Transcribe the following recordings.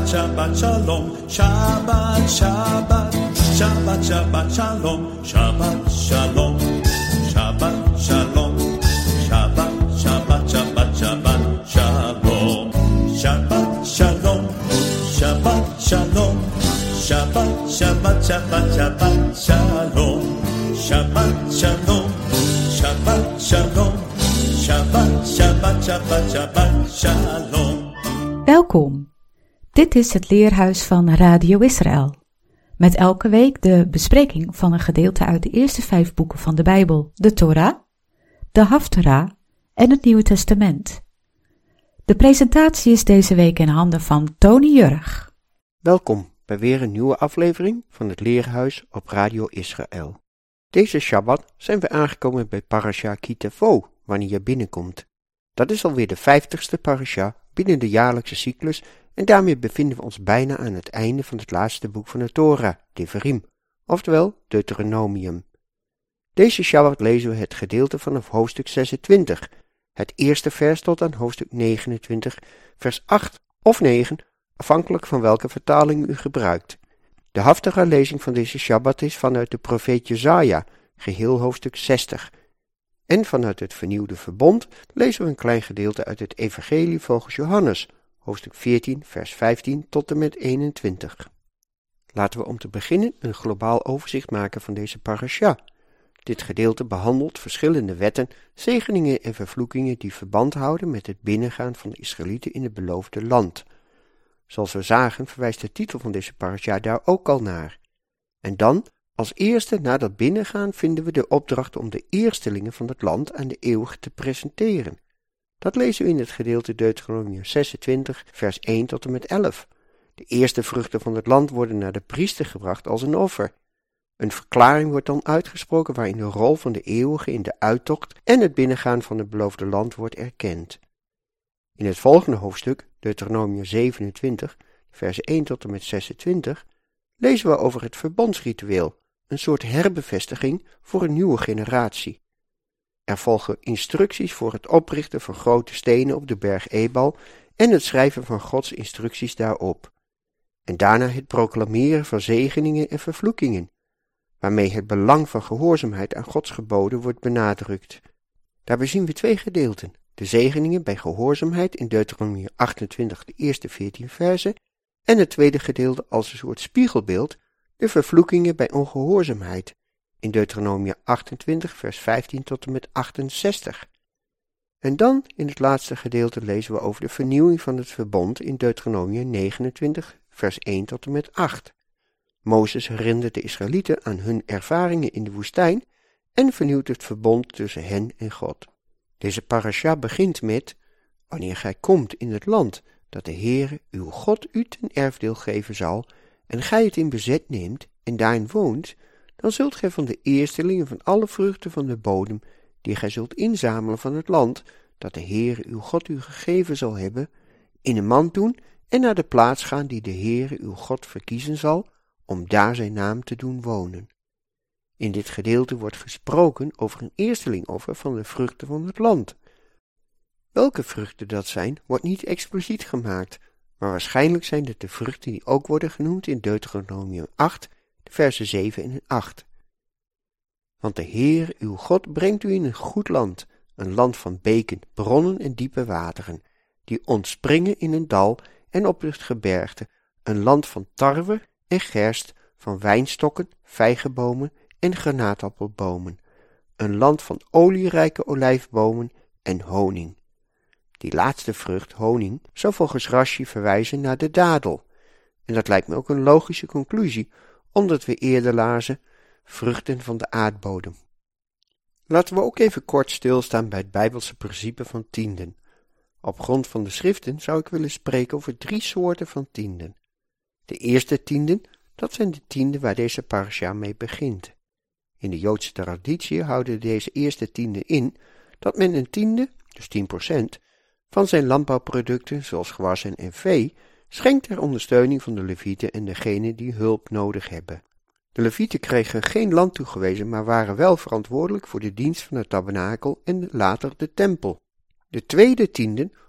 Shabbat shalom, Shabbat, Shabbat, Shabbat, Shabbat shalom, Shabbat shalom, Shabbat shalom, Shabbat, Shabbat, Shabbat, Shabbat shalom, Shabbat shalom, Shabbat shalom, Shabbat, Shabbat, Shabbat, Shabbat shalom, Shabbat shalom, Shabbat shalom, Shabbat, Shabbat, Shabbat, Shabbat shalom. Welkom. Dit is het Leerhuis van Radio Israël. Met elke week de bespreking van een gedeelte uit de eerste 5 boeken van de Bijbel, de Torah, de Haftarah en het Nieuwe Testament. De presentatie is deze week in handen van Tony Jurg. Welkom bij weer een nieuwe aflevering van het Leerhuis op Radio Israël. Deze Shabbat zijn we aangekomen bij Parasha Ki Tavo, wanneer je binnenkomt. Dat is alweer de 50ste parasha binnen de jaarlijkse cyclus en daarmee bevinden we ons bijna aan het einde van het laatste boek van de Torah, Devarim, oftewel Deuteronomium. Deze Shabbat lezen we het gedeelte vanaf hoofdstuk 26, het eerste vers tot aan hoofdstuk 29, vers 8 of 9, afhankelijk van welke vertaling u gebruikt. De Haftarah-lezing van deze Shabbat is vanuit de profeet Jesaja, geheel hoofdstuk 60. En vanuit het vernieuwde verbond lezen we een klein gedeelte uit het Evangelie volgens Johannes, hoofdstuk 14, vers 15 tot en met 21. Laten we om te beginnen een globaal overzicht maken van deze parasha. Dit gedeelte behandelt verschillende wetten, zegeningen en vervloekingen die verband houden met het binnengaan van de Israëlieten in het beloofde land. Zoals we zagen verwijst de titel van deze parasha daar ook al naar. En dan, als eerste na dat binnengaan, vinden we de opdracht om de eerstelingen van het land aan de eeuwige te presenteren. Dat lezen we in het gedeelte Deuteronomium 26, vers 1 tot en met 11. De eerste vruchten van het land worden naar de priester gebracht als een offer. Een verklaring wordt dan uitgesproken waarin de rol van de eeuwige in de uittocht en het binnengaan van het beloofde land wordt erkend. In het volgende hoofdstuk, Deuteronomium 27, vers 1 tot en met 26, lezen we over het verbondsritueel, een soort herbevestiging voor een nieuwe generatie. Er volgen instructies voor het oprichten van grote stenen op de berg Ebal en het schrijven van Gods instructies daarop. En daarna het proclameren van zegeningen en vervloekingen, waarmee het belang van gehoorzaamheid aan Gods geboden wordt benadrukt. Daarbij zien we 2 gedeelten, de zegeningen bij gehoorzaamheid in Deuteronomium 28, de eerste 14 verzen, en het tweede gedeelte als een soort spiegelbeeld, de vervloekingen bij ongehoorzaamheid, in Deuteronomium 28, vers 15 tot en met 68. En dan, in het laatste gedeelte, lezen we over de vernieuwing van het verbond in Deuteronomium 29, vers 1 tot en met 8. Mozes herinnert de Israëlieten aan hun ervaringen in de woestijn en vernieuwt het verbond tussen hen en God. Deze parasha begint met: wanneer gij komt in het land dat de Heere, uw God, u ten erfdeel geven zal, en gij het in bezet neemt en daarin woont, dan zult gij van de eerstelingen van alle vruchten van de bodem, die gij zult inzamelen van het land, dat de Heere uw God u gegeven zal hebben, in een mand doen en naar de plaats gaan die de Heere uw God verkiezen zal, om daar zijn naam te doen wonen. In dit gedeelte wordt gesproken over een eerstelingoffer van de vruchten van het land. Welke vruchten dat zijn, wordt niet expliciet gemaakt, maar waarschijnlijk zijn het de vruchten die ook worden genoemd in Deuteronomium 8, de versen 7 en 8. Want de Heer, uw God, brengt u in een goed land, een land van beken, bronnen en diepe wateren, die ontspringen in een dal en op het gebergte, een land van tarwe en gerst, van wijnstokken, vijgenbomen en granaatappelbomen, een land van olierijke olijfbomen en honing. Die laatste vrucht, honing, zou volgens Rashi verwijzen naar de dadel. En dat lijkt me ook een logische conclusie, omdat we eerder lazen vruchten van de aardbodem. Laten we ook even kort stilstaan bij het Bijbelse principe van tienden. Op grond van de schriften zou ik willen spreken over 3 soorten van tienden. De eerste tienden, dat zijn de tienden waar deze parasha mee begint. In de Joodse traditie houden deze eerste tienden in dat men een tiende, dus 10%, van zijn landbouwproducten, zoals gewassen en vee, schenkt ter ondersteuning van de Levieten en degenen die hulp nodig hebben. De Levieten kregen geen land toegewezen, maar waren wel verantwoordelijk voor de dienst van het tabernakel en later de tempel. De tweede tienden,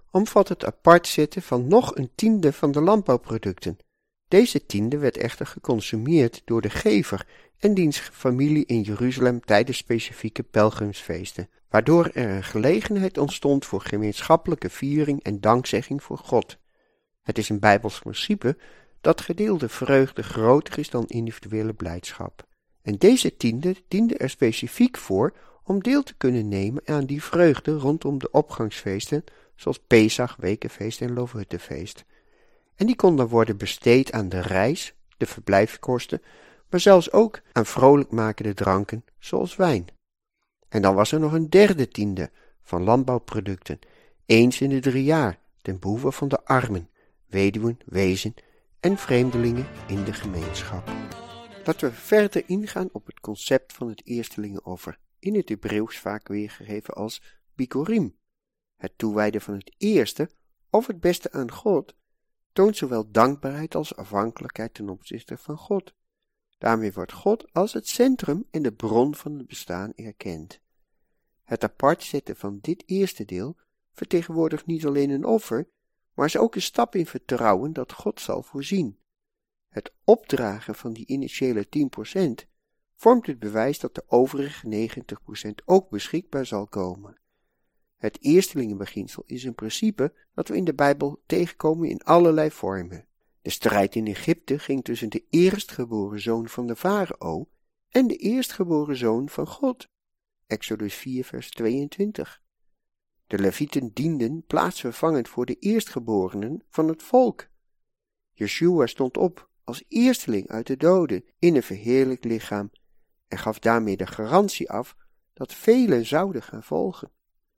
omvat het apart zetten van nog een tiende van de landbouwproducten. Deze tiende werd echter geconsumeerd door de gever en diens familie in Jeruzalem tijdens specifieke pelgrimsfeesten, waardoor er een gelegenheid ontstond voor gemeenschappelijke viering en dankzegging voor God. Het is een Bijbels principe dat gedeelde vreugde groter is dan individuele blijdschap. En deze tiende diende er specifiek voor om deel te kunnen nemen aan die vreugde rondom de opgangsfeesten, zoals Pesach, Wekenfeest en Loofhuttenfeest. En die kon dan worden besteed aan de reis, de verblijfskosten, maar zelfs ook aan vrolijkmakende dranken, zoals wijn. En dan was er nog een derde tiende van landbouwproducten, eens in de 3 jaar, ten behoeve van de armen, weduwen, wezen en vreemdelingen in de gemeenschap. Laten we verder ingaan op het concept van het eerstelingenoffer, in het Hebreeuws vaak weergegeven als bikurim. Het toewijden van het eerste of het beste aan God toont zowel dankbaarheid als afhankelijkheid ten opzichte van God. Daarmee wordt God als het centrum en de bron van het bestaan erkend. Het apart zetten van dit eerste deel vertegenwoordigt niet alleen een offer, maar is ook een stap in vertrouwen dat God zal voorzien. Het opdragen van die initiële 10% vormt het bewijs dat de overige 90% ook beschikbaar zal komen. Het eerstelingenbeginsel is een principe dat we in de Bijbel tegenkomen in allerlei vormen. De strijd in Egypte ging tussen de eerstgeboren zoon van de farao en de eerstgeboren zoon van God. Exodus 4 vers 22. De Levieten dienden plaatsvervangend voor de eerstgeborenen van het volk. Yeshua stond op als eersteling uit de doden in een verheerlijkt lichaam en gaf daarmee de garantie af dat velen zouden gaan volgen.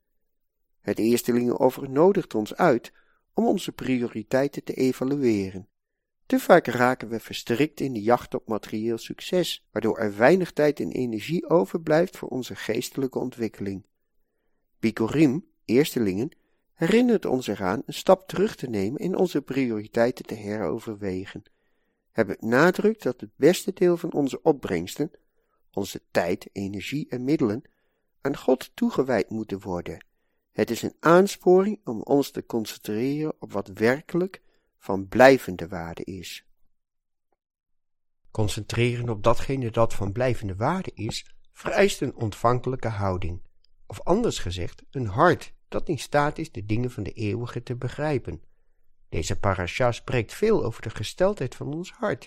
Het eerstelingenoffer nodigt ons uit om onze prioriteiten te evalueren. Te vaak raken we verstrikt in de jacht op materieel succes, waardoor er weinig tijd en energie overblijft voor onze geestelijke ontwikkeling. Bikurim, eerstelingen, herinnert ons eraan een stap terug te nemen en onze prioriteiten te heroverwegen. Het benadrukt dat het beste deel van onze opbrengsten, onze tijd, energie en middelen, aan God toegewijd moeten worden. Het is een aansporing om ons te concentreren op wat werkelijk van blijvende waarde is. Concentreren op datgene dat van blijvende waarde is, vereist een ontvankelijke houding, of anders gezegd, een hart dat in staat is de dingen van de eeuwige te begrijpen. Deze parasha spreekt veel over de gesteldheid van ons hart.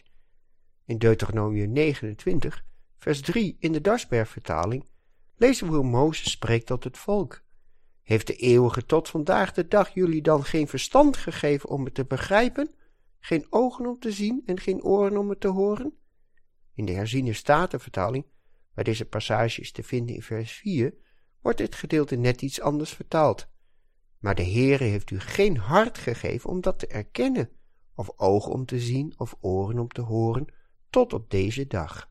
In Deuteronomium 29, vers 3 in de Dasberg-vertaling lezen we hoe Mozes spreekt tot het volk. Heeft de eeuwige tot vandaag de dag jullie dan geen verstand gegeven om het te begrijpen, geen ogen om te zien en geen oren om het te horen? In de herziene statenvertaling, waar deze passage is te vinden in vers 4, wordt dit gedeelte net iets anders vertaald. Maar de Heere heeft u geen hart gegeven om dat te erkennen, of ogen om te zien of oren om te horen, tot op deze dag.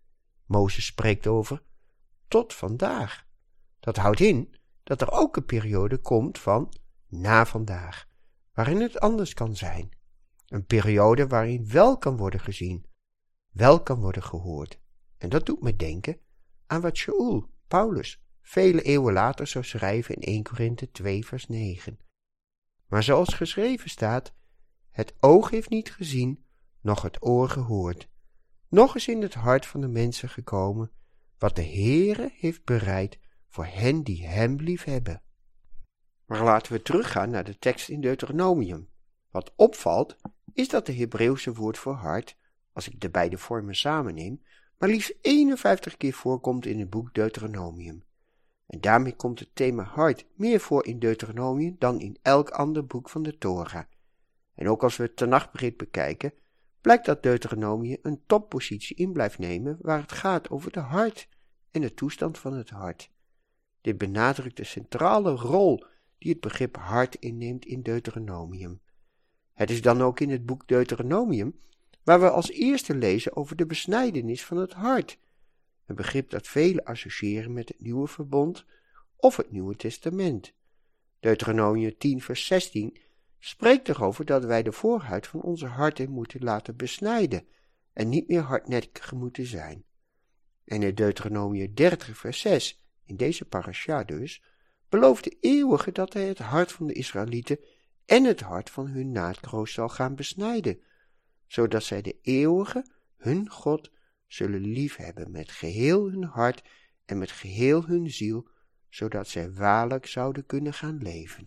Mozes spreekt over tot vandaag. Dat houdt in dat er ook een periode komt van na vandaag, waarin het anders kan zijn. Een periode waarin wel kan worden gezien, wel kan worden gehoord. En dat doet me denken aan wat Shaul, Paulus, vele eeuwen later zou schrijven in 1 Korinthe 2 vers 9. Maar zoals geschreven staat, het oog heeft niet gezien, noch het oor gehoord, noch is in het hart van de mensen gekomen, wat de Heere heeft bereid voor hen die hem lief hebben. Maar laten we teruggaan naar de tekst in Deuteronomium. Wat opvalt, is dat de Hebreeuwse woord voor hart, als ik de beide vormen samenneem, maar liefst 51 keer voorkomt in het boek Deuteronomium. En daarmee komt het thema hart meer voor in Deuteronomium dan in elk ander boek van de Torah. En ook als we het Tenach bekijken, blijkt dat Deuteronomium een toppositie in blijft nemen waar het gaat over de hart en de toestand van het hart. Dit benadrukt de centrale rol die het begrip hart inneemt in Deuteronomium. Het is dan ook in het boek Deuteronomium waar we als eerste lezen over de besnijdenis van het hart, een begrip dat velen associëren met het Nieuwe Verbond of het Nieuwe Testament. Deuteronomium 10 vers 16 spreekt erover dat wij de voorhuid van onze harten moeten laten besnijden en niet meer hardnekkig moeten zijn. En in Deuteronomium 30 vers 6, in deze parasha dus, belooft de Eeuwige dat hij het hart van de Israëlieten en het hart van hun naadkroost zal gaan besnijden, zodat zij de Eeuwige, hun God, zullen liefhebben met geheel hun hart en met geheel hun ziel, zodat zij waarlijk zouden kunnen gaan leven.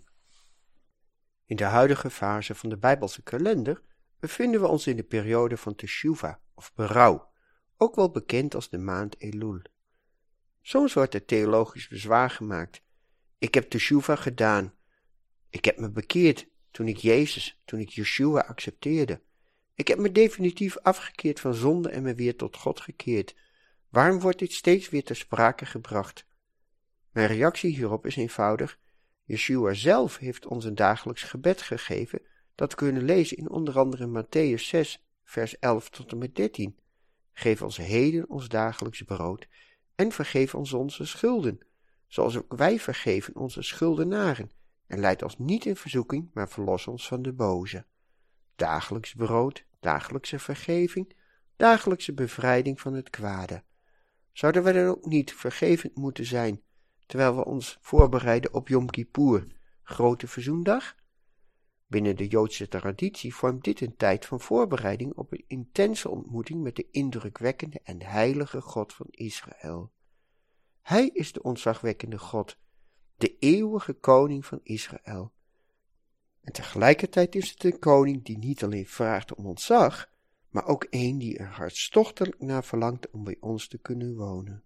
In de huidige fase van de Bijbelse kalender bevinden we ons in de periode van Teshuvah of berouw, ook wel bekend als de maand Elul. Soms wordt er theologisch bezwaar gemaakt. Ik heb Teshuvah gedaan. Ik heb me bekeerd toen ik Yeshua accepteerde. Ik heb me definitief afgekeerd van zonde en me weer tot God gekeerd. Waarom wordt dit steeds weer ter sprake gebracht? Mijn reactie hierop is eenvoudig. Yeshua zelf heeft ons een dagelijks gebed gegeven, dat we kunnen lezen in onder andere Mattheüs 6, vers 11 tot en met 13. Geef ons heden ons dagelijks brood en vergeef ons onze schulden, zoals ook wij vergeven onze schuldenaren. En leid ons niet in verzoeking, maar verlos ons van de boze. Dagelijks brood, dagelijkse vergeving, dagelijkse bevrijding van het kwade. Zouden wij dan ook niet vergevend moeten zijn, terwijl we ons voorbereiden op Yom Kippur, grote verzoendag? Binnen de Joodse traditie vormt dit een tijd van voorbereiding op een intense ontmoeting met de indrukwekkende en heilige God van Israël. Hij is de ontzagwekkende God, de eeuwige koning van Israël. En tegelijkertijd is het een koning die niet alleen vraagt om ontzag, maar ook een die er hartstochtelijk naar verlangt om bij ons te kunnen wonen.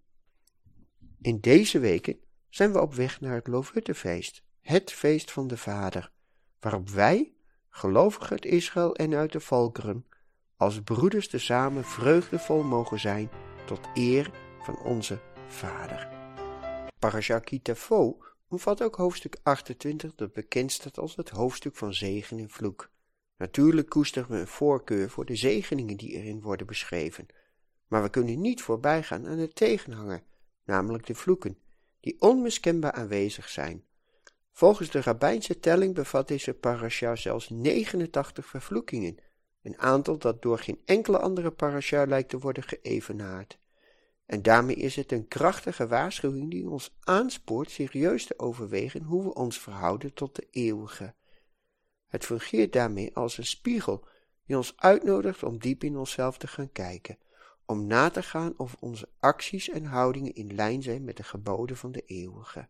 In deze weken zijn we op weg naar het Loofhuttenfeest, het feest van de Vader, waarop wij, gelovigen uit Israël en uit de volkeren, als broeders tezamen vreugdevol mogen zijn tot eer van onze Vader. Parasha Kitavo omvat ook hoofdstuk 28, dat bekend staat als het hoofdstuk van zegen en vloek. Natuurlijk koesteren we een voorkeur voor de zegeningen die erin worden beschreven, maar we kunnen niet voorbij gaan aan de tegenhanger, namelijk de vloeken, die onmiskenbaar aanwezig zijn. Volgens de rabbijnse telling bevat deze parasha zelfs 89 vervloekingen, een aantal dat door geen enkele andere parasha lijkt te worden geëvenaard. En daarmee is het een krachtige waarschuwing die ons aanspoort serieus te overwegen hoe we ons verhouden tot de Eeuwige. Het fungeert daarmee als een spiegel die ons uitnodigt om diep in onszelf te gaan kijken, om na te gaan of onze acties en houdingen in lijn zijn met de geboden van de Eeuwige.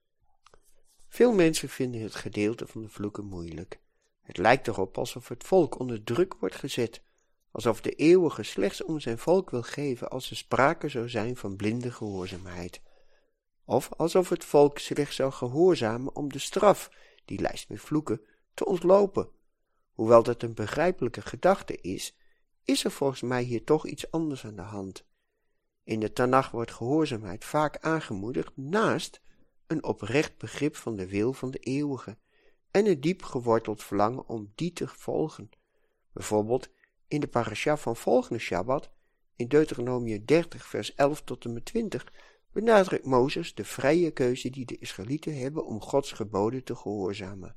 Veel mensen vinden het gedeelte van de vloeken moeilijk. Het lijkt erop alsof het volk onder druk wordt gezet, alsof de Eeuwige slechts om zijn volk wil geven als er sprake zou zijn van blinde gehoorzaamheid. Of alsof het volk slechts zou gehoorzamen om de straf, die lijst met vloeken, te ontlopen. Hoewel dat een begrijpelijke gedachte is er volgens mij hier toch iets anders aan de hand. In de Tanach wordt gehoorzaamheid vaak aangemoedigd naast een oprecht begrip van de wil van de Eeuwige en een diep geworteld verlangen om die te volgen. Bijvoorbeeld in de parasha van volgende Shabbat, in Deuteronomium 30 vers 11 tot en met 20, benadrukt Mozes de vrije keuze die de Israëlieten hebben om Gods geboden te gehoorzamen.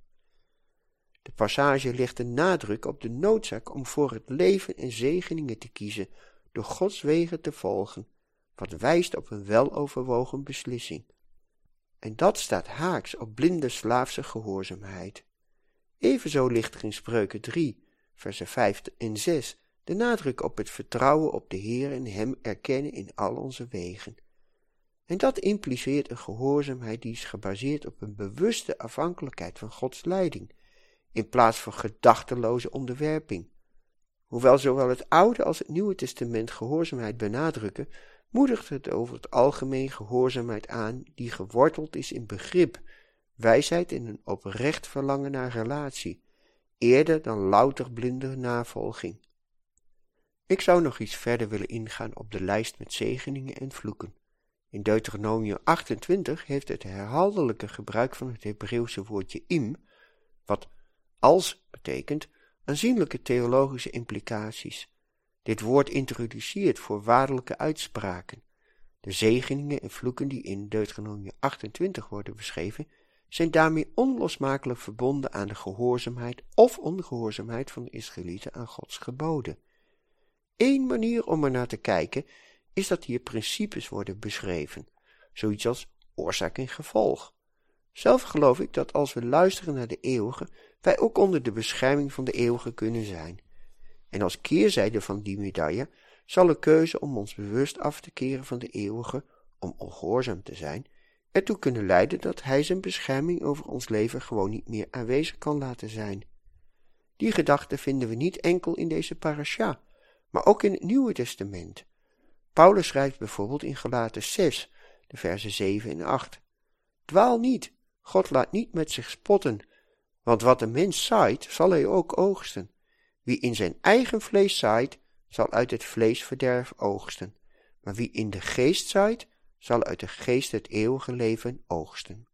De passage legt de nadruk op de noodzaak om voor het leven en zegeningen te kiezen door Gods wegen te volgen, wat wijst op een weloverwogen beslissing. En dat staat haaks op blinde slaafse gehoorzaamheid. Evenzo ligt er in Spreuken 3, versen 5 en 6, de nadruk op het vertrouwen op de Heer en Hem erkennen in al onze wegen. En dat impliceert een gehoorzaamheid die is gebaseerd op een bewuste afhankelijkheid van Gods leiding, in plaats van gedachteloze onderwerping. Hoewel zowel het Oude als het Nieuwe Testament gehoorzaamheid benadrukken, moedigt het over het algemeen gehoorzaamheid aan die geworteld is in begrip, wijsheid en een oprecht verlangen naar relatie, eerder dan louter blinde navolging. Ik zou nog iets verder willen ingaan op de lijst met zegeningen en vloeken. In Deuteronomium 28 heeft het herhaaldelijke gebruik van het Hebreeuwse woordje im, wat als betekent, aanzienlijke theologische implicaties. Dit woord introduceert voorwaardelijke uitspraken. De zegeningen en vloeken die in Deuteronomium 28 worden beschreven, zijn daarmee onlosmakelijk verbonden aan de gehoorzaamheid of ongehoorzaamheid van de Israëlieten aan Gods geboden. Eén manier om er naar te kijken is dat hier principes worden beschreven, zoiets als oorzaak en gevolg. Zelf geloof ik dat als we luisteren naar de eeuwige, wij ook onder de bescherming van de eeuwige kunnen zijn. En als keerzijde van die medaille zal een keuze om ons bewust af te keren van de eeuwige, om ongehoorzaam te zijn, ertoe kunnen leiden dat hij zijn bescherming over ons leven gewoon niet meer aanwezig kan laten zijn. Die gedachte vinden we niet enkel in deze parasha, maar ook in het Nieuwe Testament. Paulus schrijft bijvoorbeeld in Galaten 6, de versen 7 en 8. Dwaal niet, God laat niet met zich spotten, want wat een mens zaait, zal hij ook oogsten. Wie in zijn eigen vlees zaait, zal uit het vlees verderf oogsten, maar wie in de geest zaait, zal uit de geest het eeuwige leven oogsten.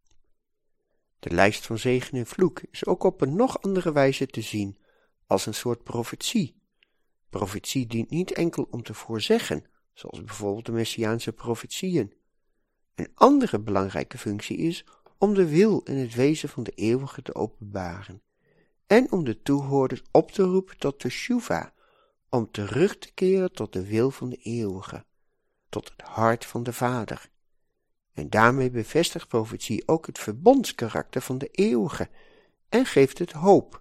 De lijst van zegen en vloek is ook op een nog andere wijze te zien, als een soort profetie. Profetie dient niet enkel om te voorzeggen, zoals bijvoorbeeld de messiaanse profetieën. Een andere belangrijke functie is om de wil en het wezen van de eeuwige te openbaren, en om de toehoorders op te roepen tot teshuva, om terug te keren tot de wil van de eeuwige, tot het hart van de Vader. En daarmee bevestigt profetie ook het verbondskarakter van de eeuwige en geeft het hoop.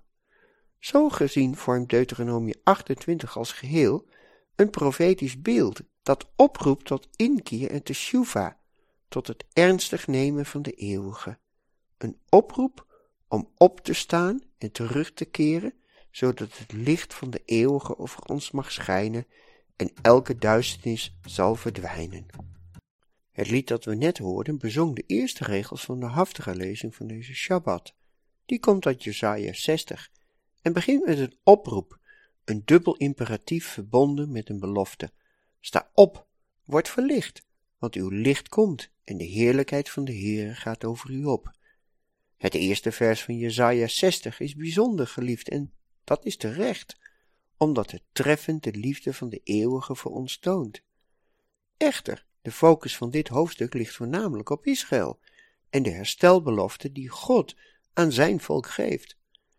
Zo gezien vormt Deuteronomie 28 als geheel een profetisch beeld dat oproept tot inkeer en teshuva, tot het ernstig nemen van de eeuwige. Een oproep om op te staan en terug te keren, zodat het licht van de eeuwige over ons mag schijnen en elke duisternis zal verdwijnen. Het lied dat we net hoorden bezong de eerste regels van de Haftarah-lezing van deze Shabbat. Die komt uit Jesaja 60 en begint met een oproep, een dubbel imperatief verbonden met een belofte. Sta op, word verlicht, want uw licht komt en de heerlijkheid van de Heere gaat over u op. Het eerste vers van Jesaja 60 is bijzonder geliefd en dat is terecht, omdat het treffend de liefde van de eeuwige voor ons toont. Echter, de focus van dit hoofdstuk ligt voornamelijk op Israël en de herstelbelofte die God aan zijn volk geeft.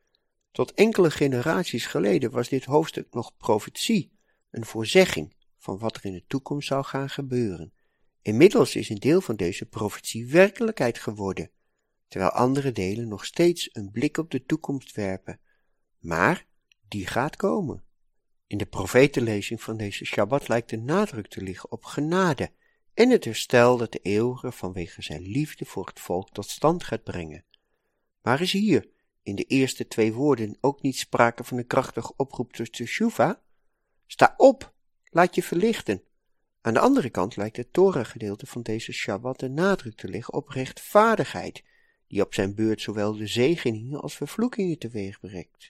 Tot enkele generaties geleden was dit hoofdstuk nog profetie, een voorzegging van wat er in de toekomst zou gaan gebeuren. Inmiddels is een deel van deze profetie werkelijkheid geworden, terwijl andere delen nog steeds een blik op de toekomst werpen. Maar die gaat komen. In de profetenlezing van deze Shabbat lijkt de nadruk te liggen op genade en het herstel dat de eeuwige vanwege zijn liefde voor het volk tot stand gaat brengen. Maar is hier in de eerste 2 woorden ook niet sprake van een krachtige oproep tot teshuva? Sta op, laat je verlichten. Aan de andere kant lijkt het Torah-gedeelte van deze Shabbat de nadruk te liggen op rechtvaardigheid, die op zijn beurt zowel de zegeningen als vervloekingen teweeg brengt.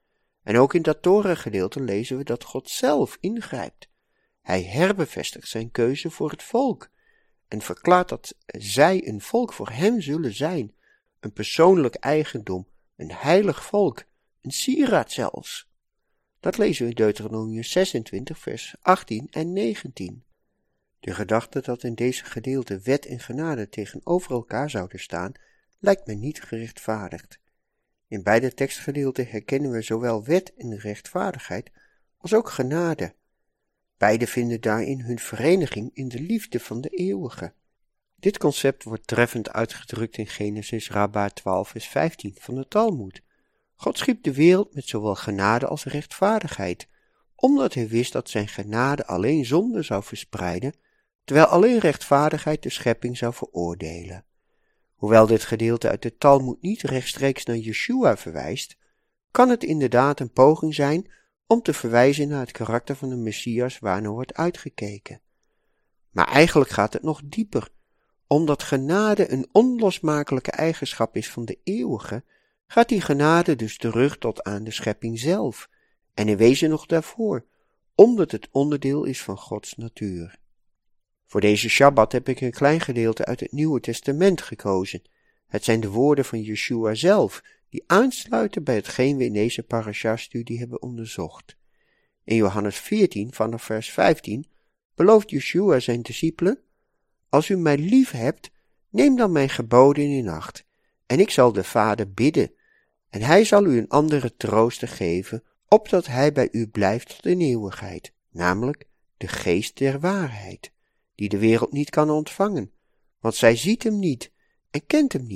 En ook in dat Torah-gedeelte lezen we dat God zelf ingrijpt. Hij herbevestigt zijn keuze voor het volk en verklaart dat zij een volk voor hem zullen zijn, een persoonlijk eigendom, een heilig volk, een sieraad zelfs. Dat lezen we in Deuteronomie 26 vers 18 en 19. De gedachte dat in deze gedeelte wet en genade tegenover elkaar zouden staan, lijkt me niet gerechtvaardigd. In beide tekstgedeelten herkennen we zowel wet en rechtvaardigheid als ook genade. Beide vinden daarin hun vereniging in de liefde van de eeuwige. Dit concept wordt treffend uitgedrukt in Genesis Rabbah 12 vers 15 van de Talmud. God schiep de wereld met zowel genade als rechtvaardigheid, omdat hij wist dat zijn genade alleen zonde zou verspreiden, terwijl alleen rechtvaardigheid de schepping zou veroordelen. Hoewel dit gedeelte uit de Talmud niet rechtstreeks naar Yeshua verwijst, kan het inderdaad een poging zijn om te verwijzen naar het karakter van de Messias waarnaar wordt uitgekeken. Maar eigenlijk gaat het nog dieper. Omdat genade een onlosmakelijke eigenschap is van de eeuwige, gaat die genade dus terug tot aan de schepping zelf, en in wezen nog daarvoor, omdat het onderdeel is van Gods natuur. Voor deze Shabbat heb ik een klein gedeelte uit het Nieuwe Testament gekozen. Het zijn de woorden van Yeshua zelf, die aansluiten bij hetgeen we in deze parasha-studie hebben onderzocht. In Johannes 14 vanaf vers 15 belooft Yeshua zijn discipelen: als u mij lief hebt, neem dan mijn geboden in acht, en ik zal de Vader bidden, en hij zal u een andere trooster geven, opdat hij bij u blijft tot in eeuwigheid, namelijk de geest der waarheid, die de wereld niet kan ontvangen, want zij ziet hem niet en kent hem niet,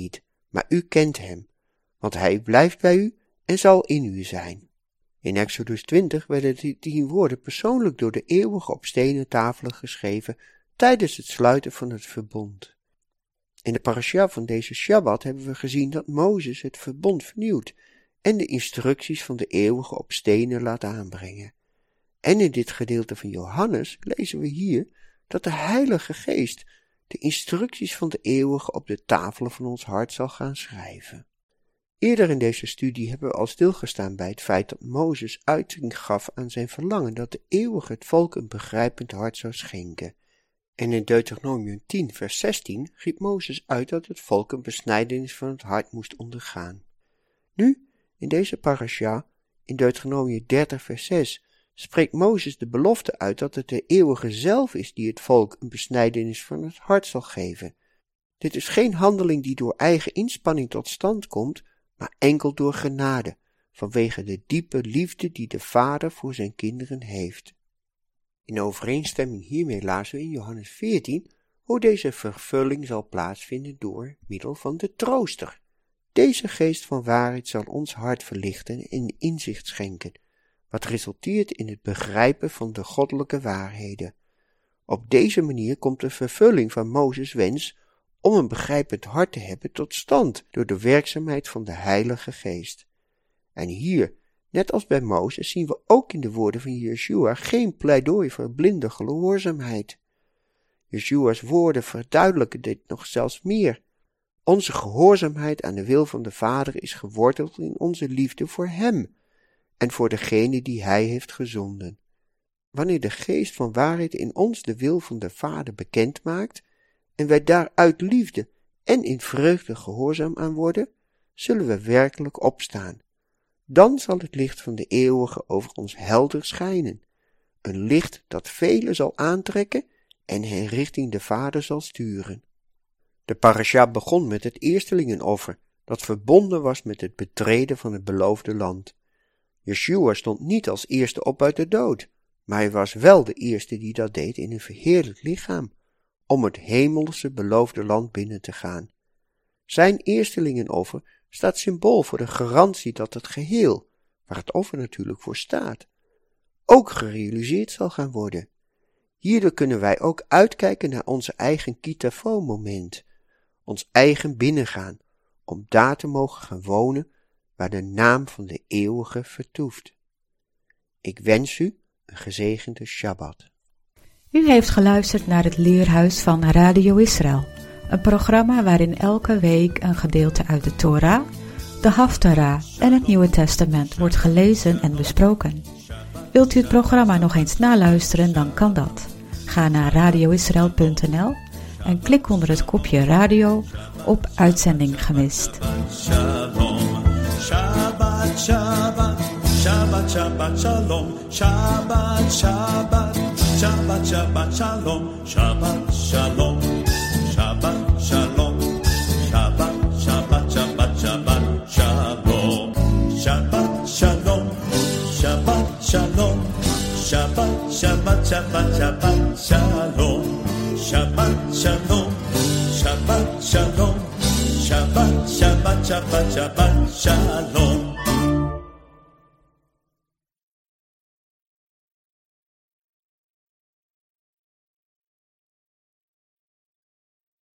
maar u kent hem, want hij blijft bij u en zal in u zijn. In Exodus 20 werden die 10 woorden persoonlijk door de eeuwige op stenen tafelen geschreven tijdens het sluiten van het verbond. In de parasha van deze Shabbat hebben we gezien dat Mozes het verbond vernieuwt en de instructies van de eeuwige op stenen laat aanbrengen. En in dit gedeelte van Johannes lezen we hier dat de Heilige Geest de instructies van de eeuwige op de tafelen van ons hart zal gaan schrijven. Eerder in deze studie hebben we al stilgestaan bij het feit dat Mozes uiting gaf aan zijn verlangen dat de eeuwige het volk een begrijpend hart zou schenken. En in Deuteronomium 10 vers 16 riep Mozes uit dat het volk een besnijdenis van het hart moest ondergaan. Nu, in deze parasha, in Deuteronomium 30 vers 6, spreekt Mozes de belofte uit dat het de eeuwige zelf is die het volk een besnijdenis van het hart zal geven. Dit is geen handeling die door eigen inspanning tot stand komt, maar enkel door genade, vanwege de diepe liefde die de Vader voor zijn kinderen heeft. In overeenstemming hiermee lazen we in Johannes 14 hoe deze vervulling zal plaatsvinden door middel van de trooster. Deze geest van waarheid zal ons hart verlichten en inzicht schenken, wat resulteert in het begrijpen van de goddelijke waarheden. Op deze manier komt de vervulling van Mozes' wens om een begrijpend hart te hebben tot stand door de werkzaamheid van de Heilige Geest. En hier, net als bij Mozes, zien we ook in de woorden van Yeshua geen pleidooi voor blinde gehoorzaamheid. Yeshua's woorden verduidelijken dit nog zelfs meer. Onze gehoorzaamheid aan de wil van de Vader is geworteld in onze liefde voor Hem en voor degene die Hij heeft gezonden. Wanneer de geest van waarheid in ons de wil van de Vader bekend maakt en wij daar uit liefde en in vreugde gehoorzaam aan worden, zullen we werkelijk opstaan. Dan zal het licht van de eeuwige over ons helder schijnen, een licht dat velen zal aantrekken en hen richting de Vader zal sturen. De parasha begon met het eerstelingenoffer, dat verbonden was met het betreden van het beloofde land. Yeshua stond niet als eerste op uit de dood, maar hij was wel de eerste die dat deed in een verheerlijkt lichaam, om het hemelse beloofde land binnen te gaan. Zijn eerstelingenoffer staat symbool voor de garantie dat het geheel, waar het offer natuurlijk voor staat, ook gerealiseerd zal gaan worden. Hierdoor kunnen wij ook uitkijken naar onze eigen kitafo-moment, ons eigen binnengaan, om daar te mogen gaan wonen waar de naam van de eeuwige vertoeft. Ik wens u een gezegende Shabbat. U heeft geluisterd naar het Leerhuis van Radio Israël, een programma waarin elke week een gedeelte uit de Torah, de Haftarah en het Nieuwe Testament wordt gelezen en besproken. Wilt u het programma nog eens naluisteren, dan kan dat. Ga naar radioisrael.nl en klik onder het kopje radio op uitzending gemist. Shalom, Shabbat, Shabbat, Shabbat, Shabbat, Shalom, Shabbat, Shabbat, Shabbat, Shabbat, Shalom, Shabbat, Shalom, Shabbat, Shalom, Shabbat, Shabbat, Shabbat, Shabbat, Shalom, Shabbat, Shalom, Shabbat, Shalom, Shabbat, Shabbat, Shabbat, Shabbat, Shalom, Shabbat, Shalom, Shabbat, Shalom, Shabbat, Shabbat, Shabbat, Shabbat, Shalom.